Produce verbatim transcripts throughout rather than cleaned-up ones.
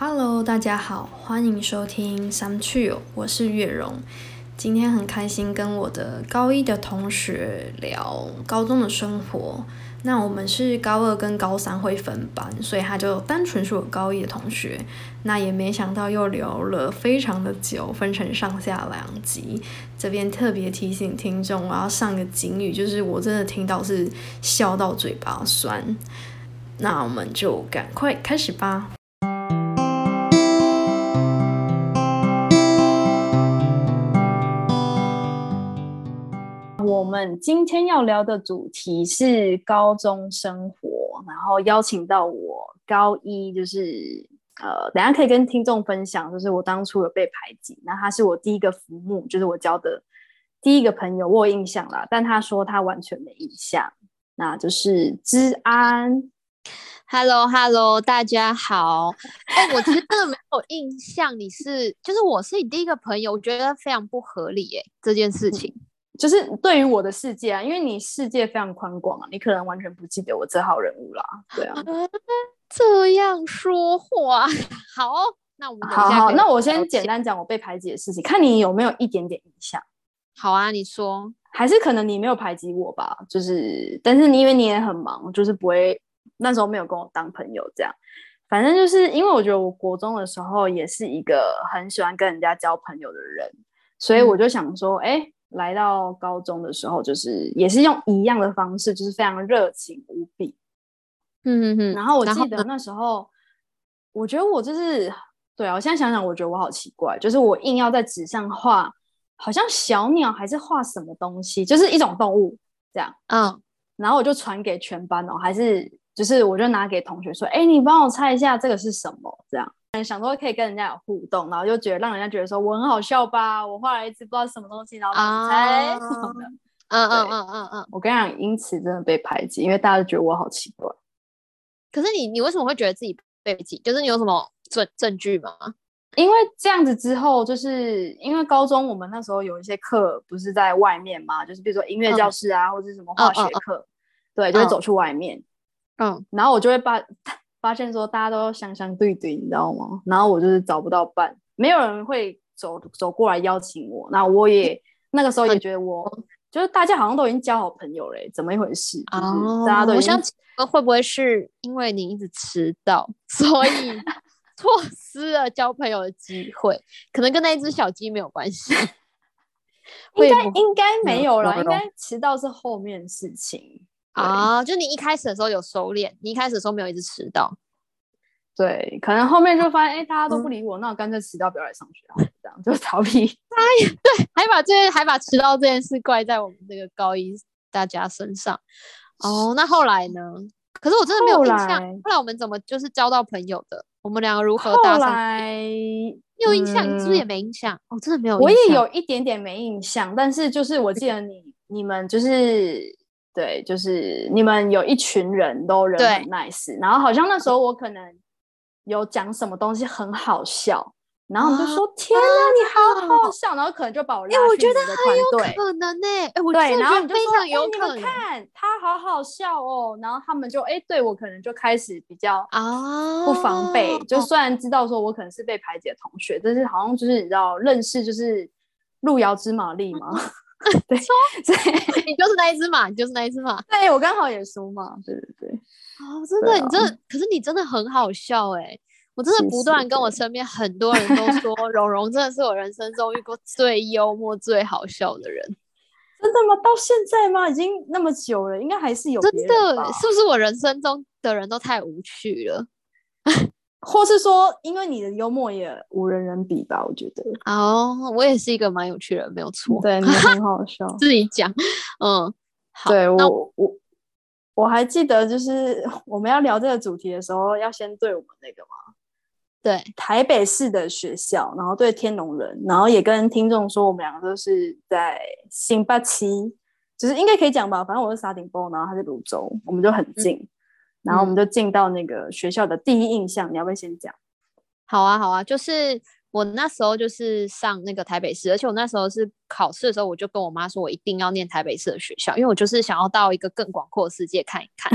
Hello， 大家好，欢迎收听三趣友，我是月荣。今天很开心跟我的高一的同学聊高中的生活。那我们是高二跟高三会分班，所以他就单纯是我高一的同学。那也没想到又聊了非常的久，分成上下两集。这边特别提醒听众，我要上个警语，就是我真的听到是笑到嘴巴酸。那我们就赶快开始吧。 我们今天要聊的主题是高中生活，然后邀请到我高一，就是呃，等一下可以跟听众分享，就是我当初有被排挤，那他是我第一个浮木，就是我交的第一个朋友，我有印象啦，但他说他完全没印象，那就是知安。 Hello Hello 大家好。哎、欸，我其实真的没有印象，你是就是我是你第一个朋友，我觉得非常不合理哎、欸，这件事情。 就是对于我的世界啊，因为你世界非常宽广啊，你可能完全不记得我这号人物啦，对啊。 啊这样说话，好、哦，那我们等一下好好，那我先简单讲我被排挤的事情，看你有没有一点点印象。 好啊，你说。 还是可能你没有排挤我吧，就是但是你因为你也很忙，就是不会那时候没有跟我当朋友这样。反正就是因为我觉得我国中的时候也是一个很喜欢跟人家交朋友的人，所以我就想说哎、嗯欸来到高中的时候，就是也是用一样的方式，就是非常热情无比。 嗯嗯嗯。 然后我记得那时候，我觉得我就是对啊，我现在想想，我觉得我好奇怪，就是我硬要在纸上画，好像小鸟还是画什么东西，就是一种动物这样。 嗯。 然后我就传给全班哦，还是就是我就拿给同学说，哎，你帮我猜一下这个是什么？这样。想说可以跟人家有互动，然后就觉得让人家觉得说我很好笑吧，我画了一只不知道是什么东西，然后老师猜什么的。 嗯嗯嗯嗯嗯。 我跟你讲，因此真的被排挤，因为大家都觉得我好奇怪。 可是你你为什么会觉得自己被排挤？就是你有什么证证据吗？ 因为这样子之后，就是因为高中我们那时候有一些课不是在外面嘛，就是比如说音乐教室啊，嗯、或者是什么化学课，嗯嗯、对，就会走去外面。嗯，然后我就会把。发现说大家都相相对对，你知道吗？然后我就是找不到伴，没有人会走走过来邀请我。那我也那个时候也觉得我、嗯、就是大家好像都已经交好朋友了，怎么一回事？就是大家都已经、 哦、我想会不会是因为你一直迟到，所以错失了交朋友的机会？可能跟那一只小鸡没有关系。 应该应该没有啦，应该迟到是后面的事情。 啊，就你一开始的时候有收敛，你一开始的时候没有一直迟到， 对，可能后面就发现，哎、欸，大家都不理我，嗯、那我干脆迟到不要来上学，这样就逃避。 对，还把这还把迟到这件事怪在我们这个高一大家身上。哦，那后来呢？可是我真的没有印象，后来我们怎么就是交到朋友的？我们两个如何搭上？ 后来你有印象？嗯、你是不是也没印象？哦，真的没有印象。 我也有一点点没印象，但是就是我记得你你们就是。对，就是你们有一群人都人很 nice， 然后好像那时候我可能有讲什么东西很好笑，然后我们就说、啊、天哪，你好好笑，然后可能就把我拉去你的团队。 欸、我觉得很有可能呢、欸，哎，我对，然后你就说非常有可能、 欸、你们看他好好笑哦，然后他们就哎、欸，对我可能就开始比较不防备，啊、就虽然知道说我可能是被排挤的同学，但是好像就是你知道认识就是路遥知马力嘛。对，所以你就是那一只马，你就是那一只马。 对，我刚好也输嘛，对对对。 哦，真的，啊、你真的，可是你真的很好笑哎、欸！我真的不断跟我身边很多人都说，蓉蓉真的是我人生中遇过最幽默、最好笑的人。 真的吗？到现在吗？已经那么久了，应该还是有别人吧。 真的，是不是我人生中的人都太无趣了？ 或是说，因为你的幽默也无人能比吧？我觉得。 哦，我也是一个蛮有趣的人，没有错。 对，你很好笑。 自己讲，嗯，好。 对我我我还记得，就是我们要聊这个主题的时候，要先对我们那个嘛， 对， 台北市的学校，然后对天龙人，然后也跟听众说，我们两个都是在新八七，就是应该可以讲吧。反正我是沙顶峰，然后他是泸州，我们就很近。嗯然后我们就进到那个学校的第一印象，嗯、你要不要先讲？ 好啊，好啊，就是我那时候就是上那个台北市，而且我那时候是考试的时候，我就跟我妈说，我一定要念台北市的学校，因为我就是想要到一个更广阔的世界看一看。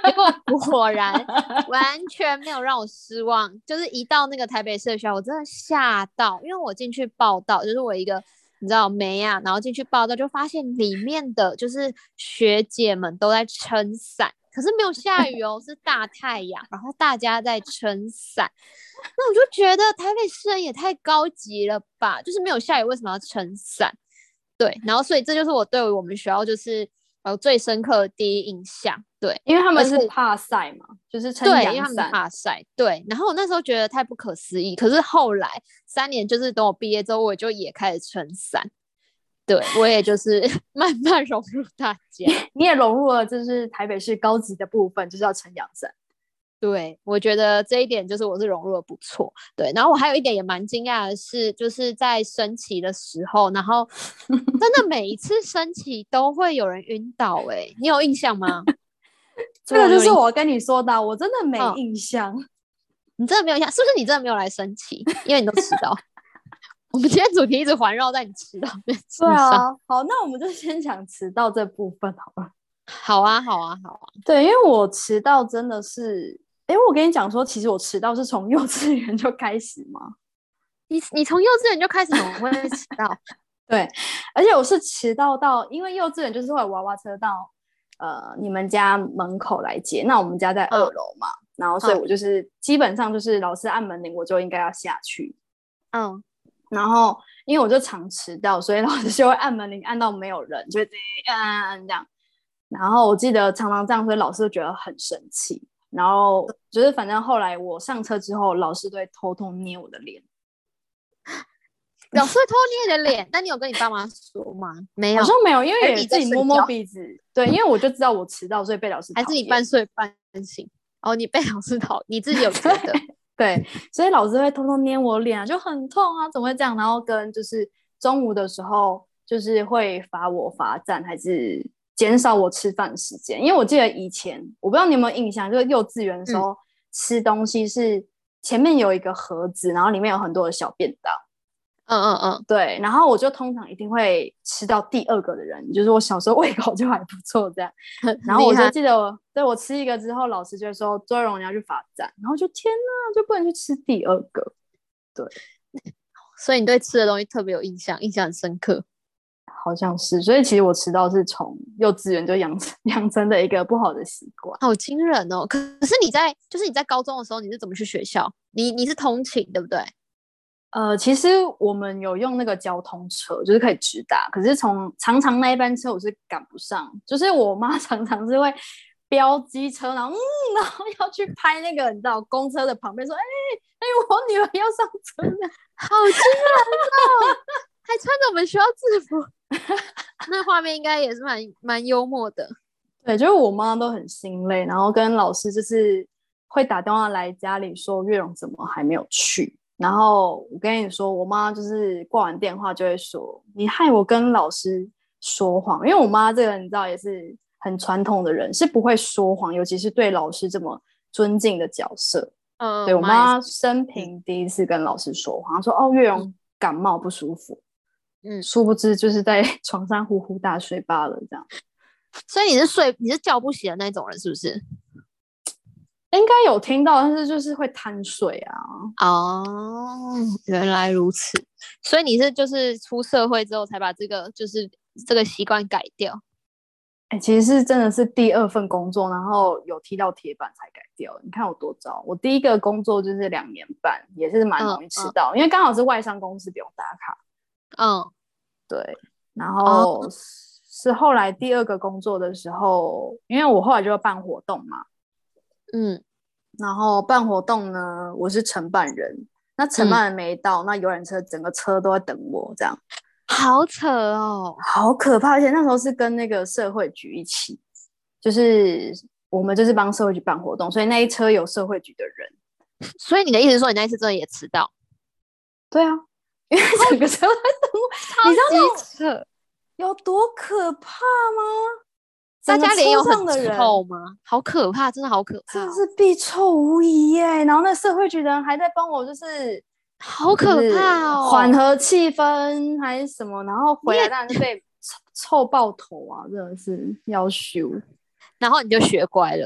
结果果然完全没有让我失望，就是一到那个台北市的学校，我真的吓到，因为我进去报到，就是我一个你知道没啊，然后进去报道就发现里面的就是学姐们都在撑伞，可是没有下雨哦，是大太阳，然后大家在撑伞。那我就觉得台北市人也太高级了吧，就是没有下雨为什么要撑伞？对，然后所以这就是我对于我们学校就是呃最深刻的第一印象。对， 因为他们是怕晒嘛，就是撑阳伞。 对，因为他们怕晒。对，然后我那时候觉得太不可思议，可是后来三年就是等我毕业之后，我就也开始撑伞。对，我也就是慢慢融入大家。 你也融入了就是台北市高级的部分，就是要撑阳伞。 对，我觉得这一点就是我是融入的不错。对，然后我还有一点也蛮惊讶的是，就是在升旗的时候，然后真的每一次升旗都会有人晕倒、欸，哎，你有印象吗？ 这个就是我跟你说的，我真的没印象。哦、 你真的没有印象？是不是你真的没有来升旗？因为你都迟到。我们今天主题一直环绕在你迟到的事上。 对啊，好，那我们就先讲迟到这部分好了。 好啊，好啊，好啊。 对，因为我迟到真的是。哎，我跟你讲说，其实我迟到是从幼稚园就开始吗？ 你你从幼稚园就开始怎么会迟到？ 对，而且我是迟到到，因为幼稚园就是会有娃娃车到呃你们家门口来接，那我们家在二楼嘛，嗯、然后所以我就是、嗯、基本上就是老师按门铃，我就应该要下去。嗯，然后因为我就常迟到，所以老师就会按门铃按到没有人，就会按按按这样。然后我记得常常这样，所以老师就觉得很生气。然后就是反正后来我上车之后，老师都会偷偷捏我的脸。 老师会偷捏你的脸？那你有跟你爸妈说吗？没有， 好像没有，因为也自己摸摸鼻子。对，因为我就知道我迟到，所以被老师讨厌。 还是你半睡半醒？哦，你被老师讨，你自己有觉得？ 对，所以老师会偷偷捏我脸啊，就很痛啊，怎么会这样？然后跟就是中午的时候，就是会罚我罚站，还是减少我吃饭时间，因为我记得以前我不知道你有没有印象，就是幼稚园的时候、嗯、吃东西是前面有一个盒子，然后里面有很多的小便当。 嗯嗯嗯， 对，然后我就通常一定会吃到第二个的人，就是我小时候胃口就还不错这样。然后我就记得我，对我吃一个之后，老师就会说周荣你要去罚站，然后就天哪，就不能去吃第二个。对， 所以你对吃的东西特别有印象，印象很深刻。 好像是，所以其实我迟到是从幼稚园就养成养成的一个不好的习惯。 好惊人哦！可是你在就是你在高中的时候，你是怎么去学校？你你是通勤对不对？ 呃，其实我们有用那个交通车，就是可以直达。可是从常常那一班车我是赶不上，就是我妈常常是会飙机车，然后嗯，然后要去拍那个你知道公车的旁边，说哎哎，我女儿要上车了， 好惊人哦！还穿着我们学校制服。那画面应该也是蛮蛮幽默的。 对，就是我妈都很心累，然后跟老师就是会打电话来家里说月荣怎么还没有去。然后我跟你说，我妈就是挂完电话就会说你害我跟老师说谎，因为我妈这个你知道也是很传统的人，是不会说谎，尤其是对老师这么尊敬的角色。嗯，对，我妈生平第一次跟老师说谎，她说哦月荣感冒不舒服。嗯，殊不知就是在床上呼呼大睡罢了，这样。 所以你是睡，你是叫不醒的那种人，是不是？ 应该有听到，但是就是会贪睡啊。 哦，原来如此。所以你是就是出社会之后才把这个就是这个习惯改掉？ 哎、欸，其实是真的是第二份工作，然后有踢到铁板才改掉。你看我多糟！我第一个工作就是两年半，也是蛮容易迟到，嗯嗯、因为刚好是外商公司不用打卡。嗯，对，然后是后来第二个工作的时候，因为我后来就要办活动嘛，嗯，然后办活动呢，我是承办人，那承办人没到，嗯、那游览车整个车都在等我，这样， 好扯哦， 好可怕！而且那时候是跟那个社会局一起，就是我们就是帮社会局办活动，所以那一车有社会局的人。 所以你的意思是说，你那一次真的也迟到？ 对啊。因为整个车在等我，你知道那有多可怕吗？ 大家脸有很臭吗？好可怕，真的好可怕、哦， 真的是必臭无疑耶。然后那社会局的人还在帮我，就是好可怕哦， 缓和气氛还是什么，然后回来当然是被臭爆头啊，真的是要羞。 然后你就学乖了。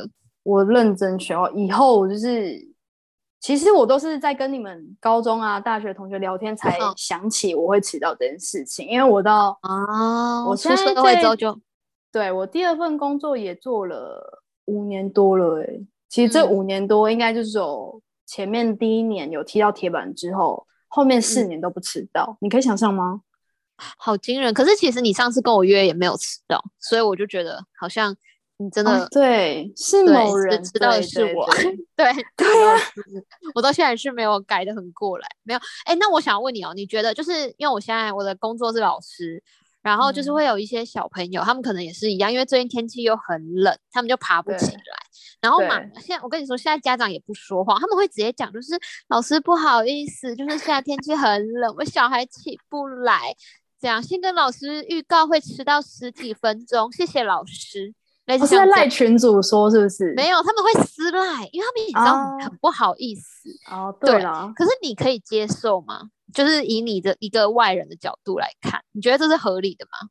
我认真学哦，以后我就是，其实我都是在跟你们高中啊、大学同学聊天才想起我会迟到这件事情，因为我到哦， 我现在出社会之后就， 对我第二份工作也做了五年多了哎，其实这五年多应该就是有前面第一年有踢到铁板之后，后面四年都不迟到，嗯、你可以想象吗？ 好惊人！可是其实你上次跟我约也没有迟到，所以我就觉得好像你真的、 哦、对是某人迟到的是我， 对对对啊， 我到现在是没有改得很过来，没有。哎，那我想问你哦，你觉得就是因为我现在我的工作是老师，然后就是会有一些小朋友，嗯、他们可能也是一样，因为最近天气又很冷，他们就爬不起来。然后嘛，现在我跟你说，现在家长也不说话，他们会直接讲，就是老师不好意思，就是现在天气很冷，我小孩起不来。这样先跟老师预告会迟到十几分钟，谢谢老师。类似我、哦、是在赖群组说是不是？ 没有，他们会私赖，因为他们也知道你很不好意思。 哦，对了， 可是你可以接受吗？就是以你的一个外人的角度来看，你觉得这是合理的吗？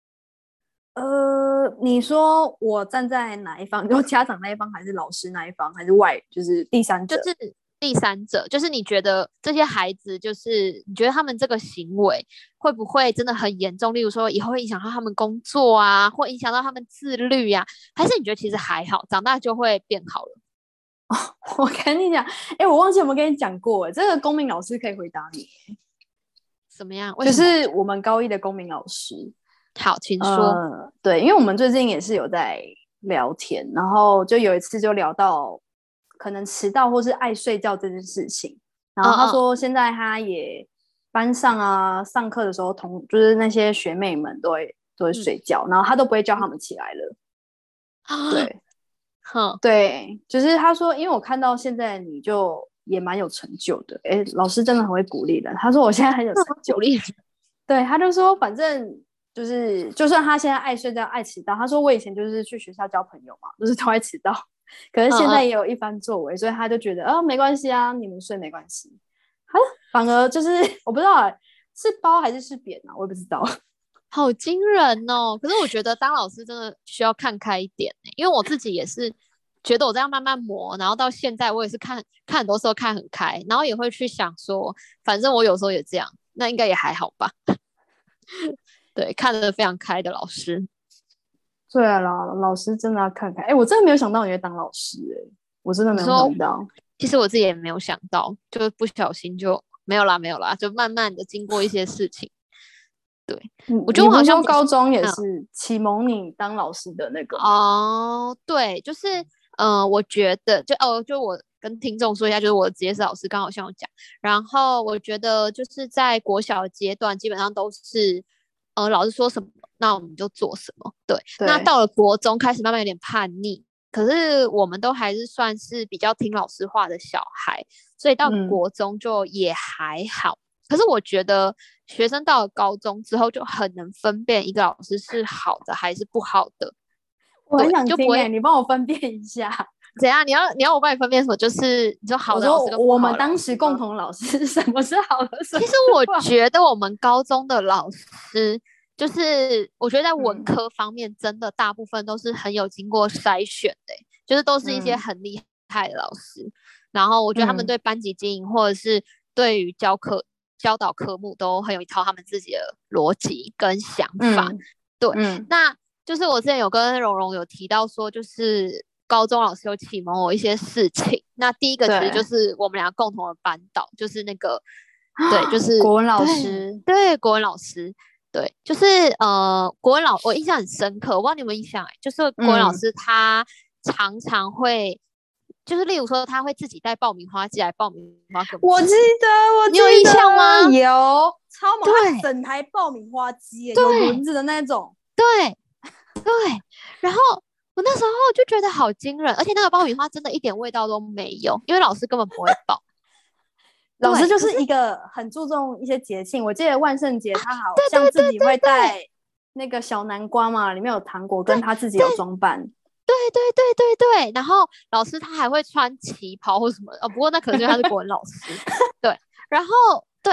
呃，你说我站在哪一方？就家长那一方，还是老师那一方，还是外，就是第三者？ 就是第三者，就是你觉得这些孩子，就是你觉得他们这个行为会不会真的很严重？例如说，以后会影响到他们工作啊，或影响到他们自律啊？还是你觉得其实还好，长大就会变好了？ 哦、我跟你讲，哎、欸，我忘记有没有跟你讲过，这个公民老师可以回答你。 怎么样？ 就是我们高一的公民老师。 好，请说。 呃，对，因为我们最近也是有在聊天，然后就有一次就聊到可能迟到或是爱睡觉这件事情，然后他说现在他也班上啊上课的时候同就是那些学妹们都会都会睡觉、嗯、然后他都不会叫他们起来了、嗯、对哼， 对，就是他说因为我看到现在你就也蛮有成就的，哎，老师真的很会鼓励人，他说我现在很有成就， 鼓励， 对，他就说反正就是就算他现在爱睡觉爱迟到，他说我以前就是去学校交朋友嘛，就是都爱迟到，可是现在也有一番作为、嗯、所以他就觉得啊、哦、没关系啊，你们睡没关系，他反而就是我不知道是褒还是是贬啊，我也不知道， 好惊人哦。可是我觉得当老师真的需要看开一点、欸、因为我自己也是觉得我这样慢慢磨，然后到现在我也是看看很多时候看很开，然后也会去想说反正我有时候也这样，那应该也还好吧。对，看得非常开的老师。 对啊，老老师真的要看开。哎，我真的没有想到你会当老师、欸，哎，我真的没有想到。 其实我自己也没有想到，就不小心就没有啦，没有啦，就慢慢的经过一些事情。对， 嗯、 我觉得我好像高中也是启蒙你当老师的那个。 哦，对，就是，嗯、呃，我觉得就哦，就我跟听众说一下，就是我的职业是老师，刚好像有讲。然后我觉得就是在国小阶段，基本上都是。呃，老师说什么，那我们就做什么。对， 对那到了国中开始慢慢有点叛逆，可是我们都还是算是比较听老师话的小孩，所以到国中就也还好。嗯、可是我觉得学生到了高中之后就很能分辨一个老师是好的还是不好的。 我很想听哎、欸，你帮我分辨一下。 怎样？你要你要我帮你分辨什么？就是你说好的老师跟不好的老师， 我们当时共同老师什么是好的？ 其实我觉得我们高中的老师，就是我觉得在文科方面，真的大部分都是很有经过筛选的、欸，就是都是一些很厉害的老师。嗯、然后我觉得他们对班级经营，或者是对于教课教导科目，都很有一套他们自己的逻辑跟想法。嗯、对，嗯、那就是我之前有跟蓉蓉有提到说，就是高中老师有启蒙我一些事情。那第一个其实就是我们俩共同的班导，就是那个对，就是国文老师， 对，对国文老师，对，就是呃国文老我印象很深刻，我不知道你有没有印象哎、欸，就是国文老师他常常会。嗯就是例如说，他会自己带爆米花机来爆米花给我记得，我你有印象吗？ 有，超猛，整台爆米花机，有轮子的那种。 对对，然后我那时候就觉得好惊人，而且那个爆米花真的一点味道都没有，因为老师根本不会爆。 老师就是一个很注重一些节庆，我记得万圣节他好像自己会带那个小南瓜嘛，里面有糖果，跟他自己有装扮。 对对对对对，然后老师他还会穿旗袍或什么哦，不过那可能是他是国文老师。对，然后对，就是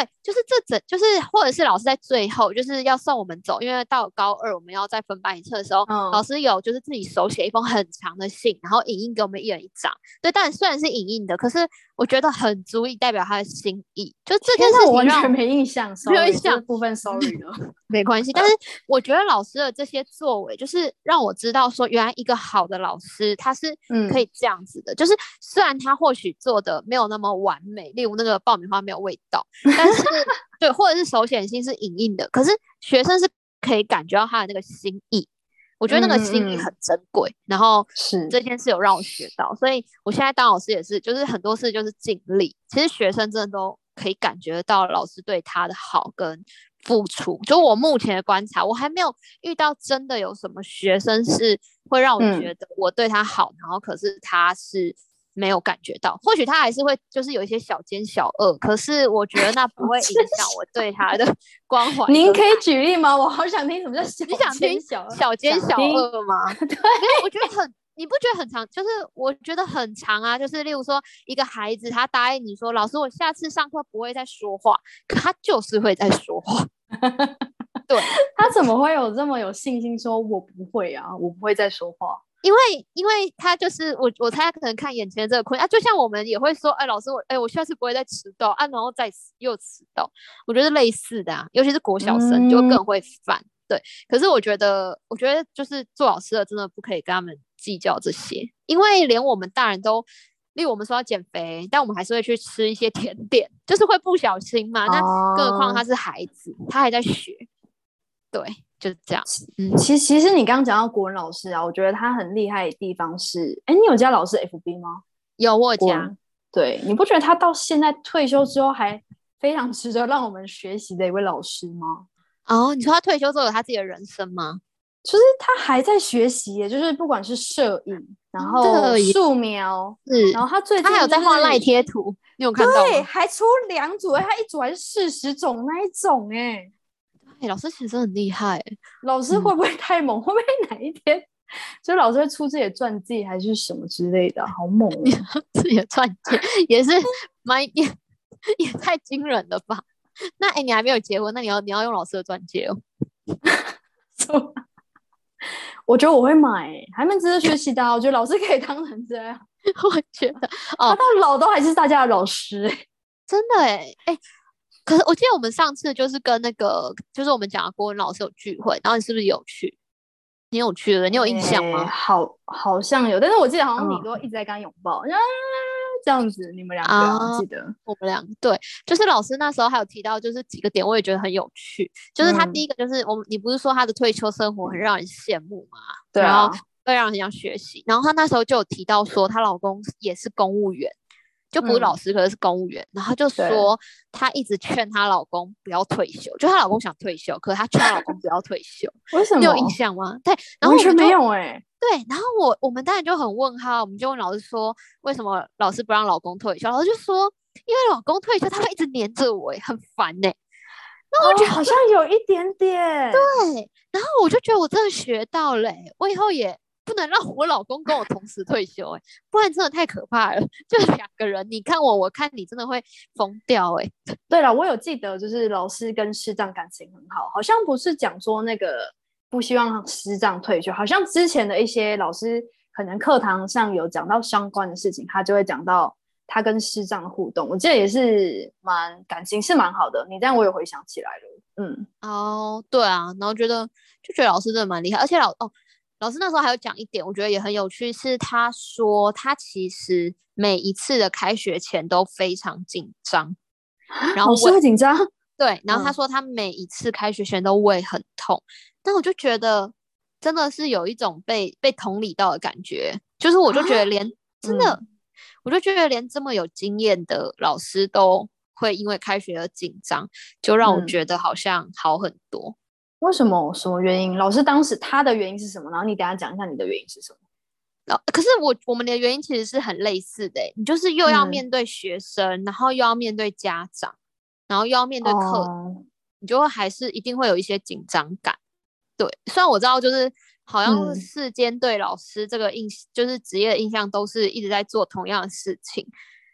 这整就是或者是老师在最后就是要送我们走，因为到高二我们要再分班一册的时候、嗯、老师有就是自己手写一封很长的信，然后影印给我们一人一张。对，但虽然是影印的，可是我觉得很足以代表他的心意。就这件事情我完全没印象， 没有印象， 这部分 sorry 了没关系。但是我觉得老师的这些作为就是让我知道说原来一个好的老师他是可以这样子的、嗯、就是虽然他或许做的没有那么完美，例如那个爆米花没有味道，但是对，或者是手写信是影印的，可是学生是可以感觉到他的那个心意，我觉得那个心意很珍贵、嗯嗯、然后是这件事有让我学到，所以我现在当老师也是就是很多事就是尽力，其实学生真的都可以感觉到老师对他的好跟付出。就我目前的观察，我还没有遇到真的有什么学生是会让我觉得我对他好、嗯、然后可是他是没有感觉到，或许他还是会就是有一些小奸小恶，可是我觉得那不会影响我对他的关怀。 您可以举例吗？我好想听什么叫小奸小恶。 小奸小恶吗？对，没有，我觉得很，你不觉得很长？就是我觉得很长啊，就是例如说一个孩子他答应你说，老师我下次上课不会再说话，可他就是会在说话。对， 他怎么会有这么有信心说我不会啊，我不会再说话？ 因为因为他就是我我猜他可能看眼前的这个困啊，就像我们也会说，哎，老师我哎我下次不会再迟到啊，然后再又迟到，我觉得类似的啊，尤其是国小生、嗯、就更会烦。对，可是我觉得我觉得就是做老师的真的不可以跟他们计较这些，因为连我们大人都例如我们说要减肥，但我们还是会去吃一些甜点，就是会不小心嘛、哦、那更何况他是孩子，他还在学。对，就是这样。 嗯，其实其实你刚刚讲到国文老师啊，我觉得他很厉害的地方是，哎，你有加老师 F B 吗？ 有，我有加。 对，你不觉得他到现在退休之后还非常值得让我们学习的一位老师吗？ 哦，你说他退休之后有他自己的人生吗？ 就是他还在学习耶，就是不管是摄影，然后素描， 是， 然后他最近、就是、 他还有在画赖贴图，你有看到吗？ 对，还出两组，他一组还是四十种那一种哎。 欸、老师其实很厉害， 老师会不会太猛、嗯、会不会哪一天就老师会出自己的传记还是什么之类的？好猛哦！ 自己的传记也是蛮 也, 也太惊人了吧？那哎、欸，你还没有结婚，那你要你要用老师的钻戒哦。 我觉得我会买、欸，还蛮值得学习的、啊。我觉得老师可以当成这样。 我觉得、 哦、他到老都还是大家的老师、欸， 真的哎、欸、哎。欸可是我记得我们上次就是跟那个就是我们讲的国文老师有聚会，然后你是不是有去？你有去的，你有印象吗？ 欸、好，好像有，但是我记得好像你都一直在跟他拥抱，嗯、这样子，你们两个、啊啊、记得？ 我们两个对，就是老师那时候还有提到，就是几个点，我也觉得很有趣。就是他第一个就是我们，你不是说他的退休生活很让人羡慕吗？ 对啊， 然后会让人很想学习。然后他那时候就有提到说，她老公也是公务员。就不是老师、嗯、可是是公务员，然后就说她一直劝她老公不要退休，就她老公想退休，可是她劝她老公不要退休。 为什么？ 你有印象吗？对，然后完全没有哎、欸。 对，然后我我们当然就很问号，我们就问老师说，为什么老师不让老公退休？老师就说，因为老公退休他会一直黏着我，很烦哎、欸。 那我觉得、哦、好像有一点点。 对，然后我就觉得我真的学到了、欸，我以后也。不能让我老公跟我同时退休、欸、不然真的太可怕了。就两个人，你看我，我看你，真的会疯掉哎、欸。 对了，我有记得，就是老师跟师长感情很好，好像不是讲说那个不希望师长退休，好像之前的一些老师可能课堂上有讲到相关的事情，他就会讲到他跟师长的互动，我记得也是蛮感情是蛮好的。你这样我也回想起来了，嗯， 哦，对啊，然后觉得就觉得老师真的蛮厉害，而且老哦。老师那时候还有讲一点，我觉得也很有趣，是他说他其实每一次的开学前都非常紧张， 然后老师会紧张， 对，然后他说他每一次开学前都胃很痛，但、嗯、我就觉得真的是有一种被被同理到的感觉，就是我就觉得连、啊、真的、嗯，我就觉得连这么有经验的老师都会因为开学而紧张，就让我觉得好像好很多。嗯， 为什么？什么原因？老师当时他的原因是什么？然后你等一下讲一下你的原因是什么。 可是我我们的原因其实是很类似的，你就是又要面对学生、嗯，然后又要面对家长，然后又要面对课、哦，你就会还是一定会有一些紧张感。对，虽然我知道就是好像世间对老师这个印、嗯、就是职业的印象都是一直在做同样的事情，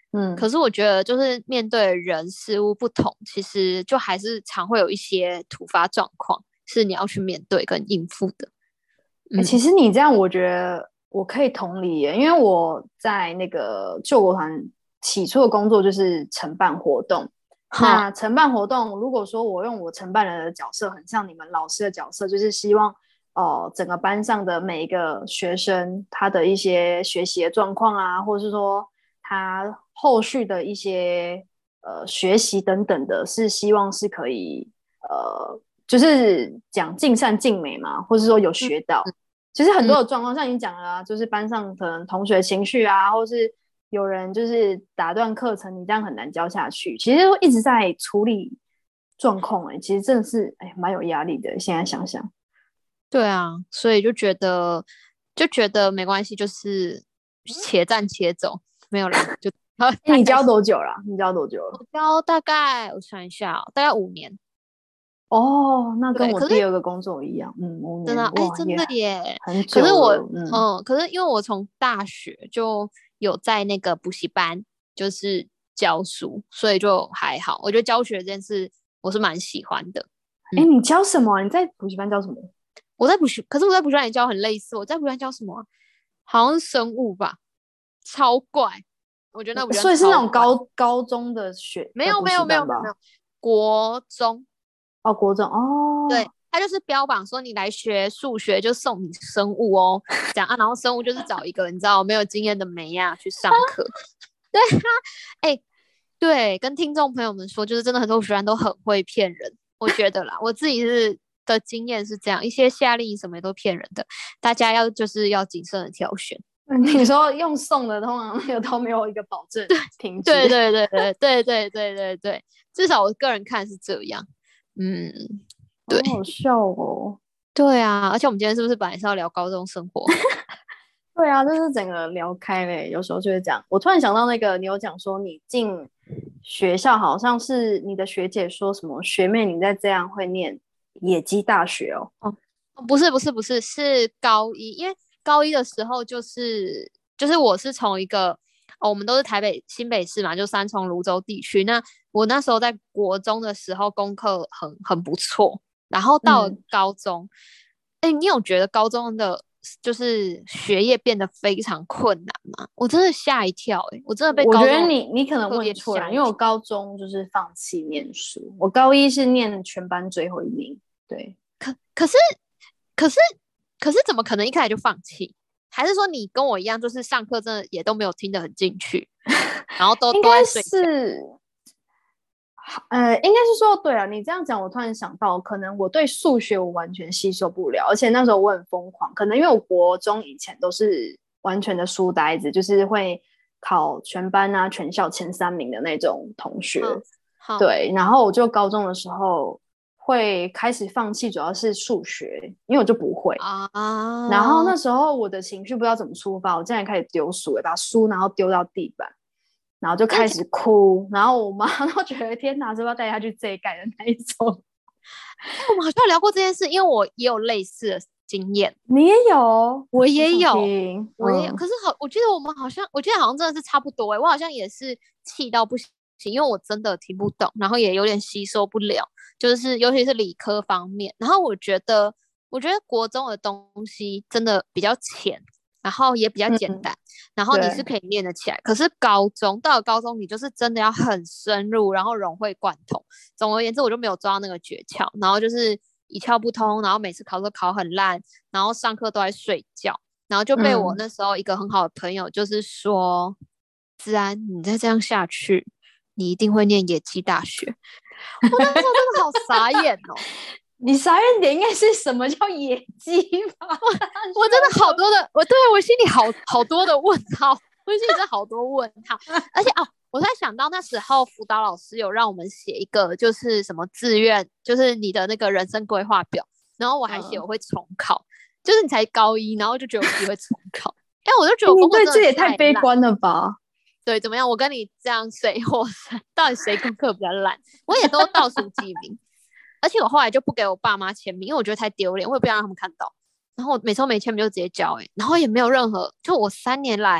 嗯，可是我觉得就是面对人事物不同，其实就还是常会有一些突发状况是你要去面对跟应付的。 嗯欸、其实你这样，我觉得我可以同理耶，因为我在那个救国团起初的工作就是承办活动。那承办活动，如果说我用我承办人的角色，很像你们老师的角色，就是希望呃整个班上的每一个学生他的一些学习的状况啊，或者是说他后续的一些呃学习等等的，是希望是可以呃就是讲尽善尽美嘛，或是说有学到。嗯、其实很多的状况，嗯、像你讲的啊，就是班上可能同学情绪啊，或是有人就是打断课程，你这样很难教下去。其实一直在处理状况，哎，其实真的是哎蛮有压力的。现在想想， 对啊，所以就觉得就觉得没关系，就是且战且走，没有啦。就你教多久了？你教多久了？ 我教大概我想一下、哦，大概五年。 哦，那跟我第二个工作一样，嗯，五年， 真的，哎、欸，真的耶， 很久了。 可是我， 嗯, 嗯，可是因为我从大学就有在那个补习班，就是教书，所以就还好。我觉得教学这件事我是蛮喜欢的。 哎、嗯欸，你教什么？你在补习班教什么？ 我在补习，可是我在补习班也教很类似。我在补习班教什么、啊？好像是生物吧，超怪。我觉得那补习班所以是那种高高中的学， 没有没有没有没有国中。 哦，国中哦， 对，他就是标榜说你来学数学就送你生物哦，这样啊，然后生物就是找一个你知道没有经验的梅亚去上课。对啊，哎、欸，对，跟听众朋友们说，就是真的很多学员都很会骗人，我觉得啦，我自己是的经验是这样，一些夏令营什么都骗人的，大家要就是要谨慎的挑选。 你说用送的，通常那个都没有一个保证停止。 对对对对对对对对对，至少我个人看是这样。嗯，对， 好好笑哦。 对啊，而且我们今天是不是本来是要聊高中生活？ 对啊，就是整个聊开嘞，有时候就会这样。我突然想到那个，你有讲说你进学校好像是你的学姐说什么学妹你再这样会念野鸡大学哦。 哦，不是不是不是，是高一，因为高一的时候就是就是我是从一个。哦，我们都是台北新北市嘛，就三重泸州地区。那我那时候在国中的时候功课很很不错，然后到了高中，哎、嗯，你有觉得高中的就是学业变得非常困难吗？我真的吓一跳、欸，哎，我真的被高中我觉得你你可能问错了，因为我高中就是放弃念书，我高一是念全班最后一名。对， 可可是可是可是怎么可能一开始就放弃？还是说你跟我一样，就是上课真的也都没有听得很进去，然后都应该是，呃，应该是说对啊。你这样讲，我突然想到，可能我对数学我完全吸收不了，而且那时候我很疯狂，可能因为我国中以前都是完全的书呆子，就是会考全班啊、全校前三名的那种同学。 嗯、 对，然后我就高中的时候会开始放弃，主要是数学，因为我就不会啊。然后那时候我的情绪不知道怎么出发，我竟然开始丢书，把书然后丢到地板，然后就开始哭。然后我妈都觉得天哪，是不是要带她去这一盖的那一种？ 我们好像聊过这件事，因为我也有类似的经验。 你也有， 我也有，我也有。 嗯、 可是好，我记得我们好像，我记得好像真的是差不多、欸。我好像也是气到不行。因为我真的听不懂，然后也有点吸收不了，就是尤其是理科方面。然后我觉得，我觉得国中的东西真的比较浅，然后也比较简单，嗯、然后你是可以念得起来。可是高中到了高中，你就是真的要很深入，然后融会贯通。总而言之，我就没有抓到那个诀窍，然后就是一窍不通，然后每次考都考很烂，然后上课都在睡觉，然后就被我那时候一个很好的朋友就是说，资安，你再这样下去。你一定会念野鸡大学，我那时候真的好傻眼哦！ 你傻眼点应该是什么叫野鸡吧？ 我, 我真的好多的，我对我心里好好多的问号，我心里真的好多问号。而且哦，我突然想到那时候辅导老师有让我们写一个，就是什么志愿，就是你的那个人生规划表，然后我还写我会重考，嗯、就是你才高一，然后就觉得我自己会重考，哎，我就觉得我功课真的对这也太悲观了吧？ 对，怎么样？我跟你这样谁获胜？到底谁功课比较烂？我也都倒数几名，而且我后来就不给我爸妈签名，因为我觉得太丢脸，我也不想让他们看到。然后我每次都没签名就直接交、欸，哎，然后也没有任何，就我三年来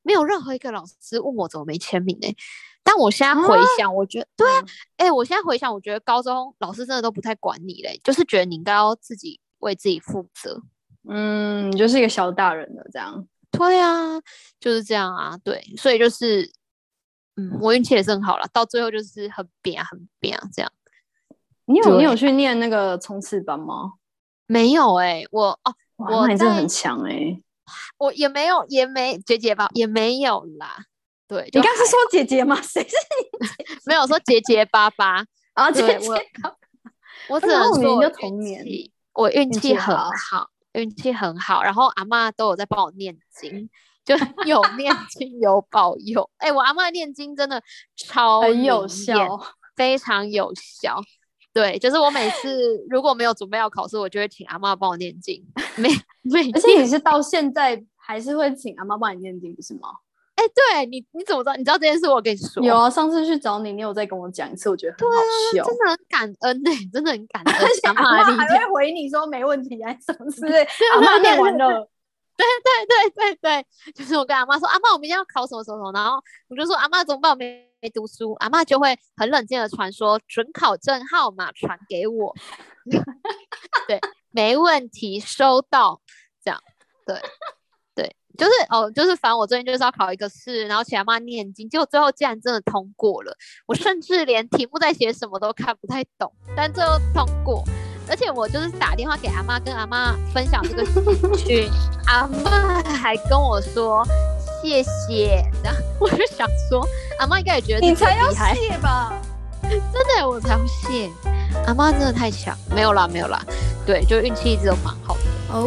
没有任何一个老师问我怎么没签名哎、欸。但我现在回想，啊、我觉得对啊，哎、嗯欸，我现在回想，我觉得高中老师真的都不太管你嘞，就是觉得你应该要自己为自己负责。 嗯，你就是一个小大人了这样。 对啊，就是这样啊，对，所以就是，嗯，我运气也是很好啦，到最后就是很扁很扁这样。 你有你有去念那个冲刺班吗？ 没有哎、欸，我哦，我真的很强哎、欸， 我也没有，也没姐姐吧，也没有啦。对， 你刚是说姐姐吗？谁是你姐姐？ 没有说结结巴巴啊，姐姐我我只能说我童年， 我运气很好，运气很好。然后阿嬷都有在帮我念经，就有念经有保佑。哎、欸，我阿嬷念经真的超很有效， 非常有效。对，就是我每次如果没有准备要考试，我就会请阿嬷帮我念经。没没， 而且你是到现在还是会请阿嬷帮你念经，不是吗？ 哎、欸，对你，你怎么知道？你知道这件事？我跟你说， 有啊，上次去找你，你有再跟我讲一次，我觉得很好笑， 啊、真的很感恩呢、欸，真的很感恩。 而且阿嬷还会回你说没问题啊，什么之类。阿嬷念完了， 对对对对对，就是我跟阿嬷说，阿嬷我明天要考什么什么，然后我就说阿嬷怎么办？我没没读书，阿嬷就会很冷静的传说准考证号码传给我，对，没问题，收到，这样，对。对，就是哦，就是反正我最近就是要考一个试，然后请阿嬷念经，结果最后竟然真的通过了。我甚至连题目在写什么都看不太懂，但最后通过。而且我就是打电话给阿嬷，跟阿嬷分享这个喜讯，阿嬷还跟我说谢谢。然后我就想说，阿嬷应该也觉得你才要谢吧？ 真的，我才要谢。阿嬷真的太强，没有啦，没有啦。对，就运气一直都蛮好的。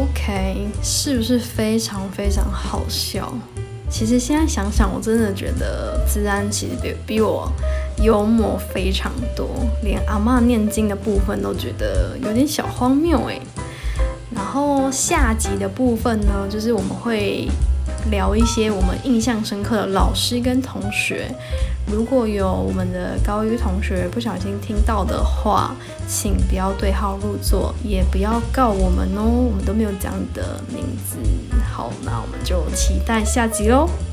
OK， 是不是非常非常好笑？其实现在想想，我真的觉得资安其实比比我幽默非常多，连阿嬷念经的部分都觉得有点小荒谬哎。然后下集的部分呢，就是我们会聊一些我们印象深刻的老师跟同学。如果有我们的高一同学不小心听到的话，请不要对号入座，也不要告我们哦，我们都没有讲你的名字。好，那我们就期待下集咯。